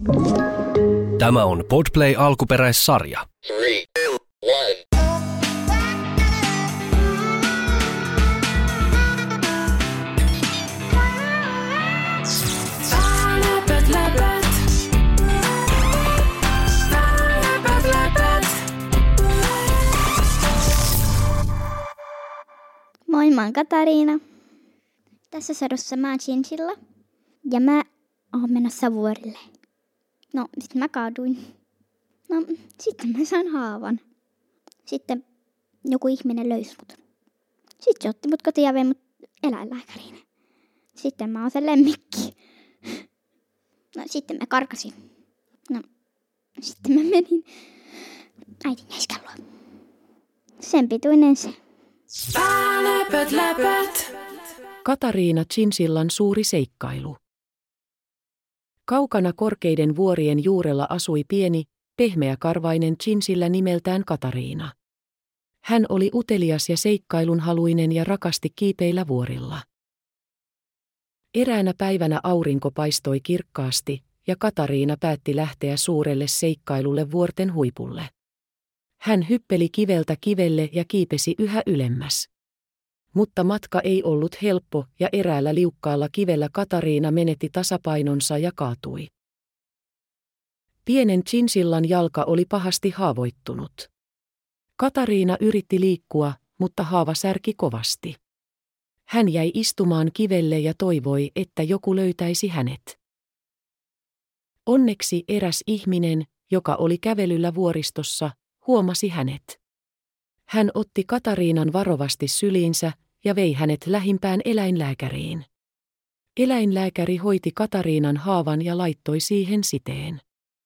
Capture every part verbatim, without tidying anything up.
Tämä on Podplay alkuperäissarja. Three, two, one. Moi, mä oon Katariina. Tässä sadossa mä oon Chinchilla ja mä oon menossa vuorille. No, sit mä kaaduin. No, sitten mä sain haavan. Sitten joku ihminen löysi mut. Sitten se otti mut kotiin ja vei mut eläinlääkäriin. Sitten mä oon se lemmikki. No, sitten mä karkasin. No, sitten mä menin äitin äiskän luo. Sen pituinen se. Läpöt, läpöt. Katariina Chinchillan suuri seikkailu. Kaukana korkeiden vuorien juurella asui pieni, pehmeäkarvainen chinchilla nimeltään Katariina. Hän oli utelias ja seikkailunhaluinen ja rakasti kiipeillä vuorilla. Eräänä päivänä aurinko paistoi kirkkaasti ja Katariina päätti lähteä suurelle seikkailulle vuorten huipulle. Hän hyppeli kiveltä kivelle ja kiipesi yhä ylemmäs. Mutta matka ei ollut helppo ja eräällä liukkaalla kivellä Katariina menetti tasapainonsa ja kaatui. Pienen chinchillan jalka oli pahasti haavoittunut. Katariina yritti liikkua, mutta haava särki kovasti. Hän jäi istumaan kivelle ja toivoi, että joku löytäisi hänet. Onneksi eräs ihminen, joka oli kävelyllä vuoristossa, huomasi hänet. Hän otti Katariinan varovasti syliinsä ja vei hänet lähimpään eläinlääkäriin. Eläinlääkäri hoiti Katariinan haavan ja laittoi siihen siteen.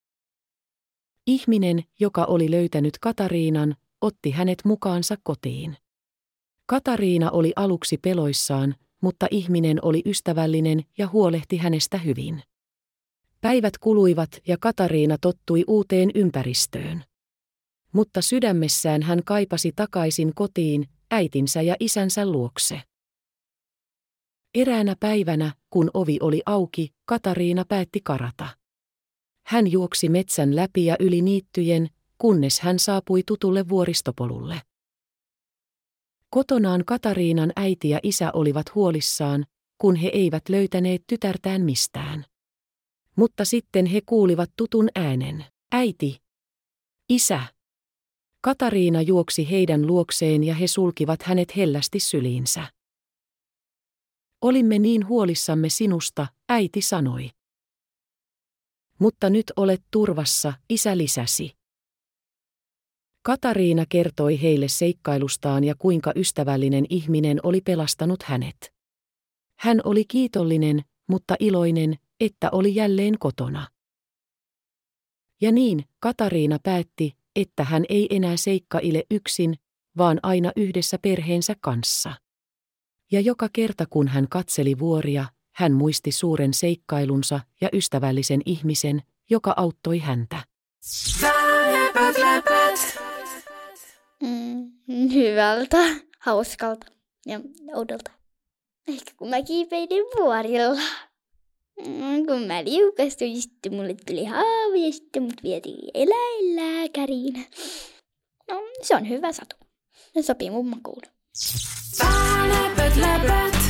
Ihminen, joka oli löytänyt Katariinan, otti hänet mukaansa kotiin. Katariina oli aluksi peloissaan, mutta ihminen oli ystävällinen ja huolehti hänestä hyvin. Päivät kuluivat ja Katariina tottui uuteen ympäristöön. Mutta sydämessään hän kaipasi takaisin kotiin, äitinsä ja isänsä luokse. Eräänä päivänä, kun ovi oli auki, Katariina päätti karata. Hän juoksi metsän läpi ja yli niittyjen, kunnes hän saapui tutulle vuoristopolulle. Kotonaan Katariinan äiti ja isä olivat huolissaan, kun he eivät löytäneet tytärtään mistään. Mutta sitten he kuulivat tutun äänen. Äiti! Isä! Katariina juoksi heidän luokseen ja he sulkivat hänet hellästi syliinsä. Olimme niin huolissamme sinusta, äiti sanoi. Mutta nyt olet turvassa, isä lisäsi. Katariina kertoi heille seikkailustaan ja kuinka ystävällinen ihminen oli pelastanut hänet. Hän oli kiitollinen, mutta iloinen, että oli jälleen kotona. Ja niin, Katariina päätti, että hän ei enää seikkaile yksin, vaan aina yhdessä perheensä kanssa. Ja joka kerta kun hän katseli vuoria, hän muisti suuren seikkailunsa ja ystävällisen ihmisen, joka auttoi häntä. Läpöt, läpöt. Mm, hyvältä, hauskalta ja oudolta. Ehkä kun mä kiipeilin vuorilla. Mm, kun mä liukastuin, sitten mulle tuli haava ja sitten mut vietiin eläinlääkäriin. No, se on hyvä satu. Se sopii mun makuun. Läpöt, läpöt.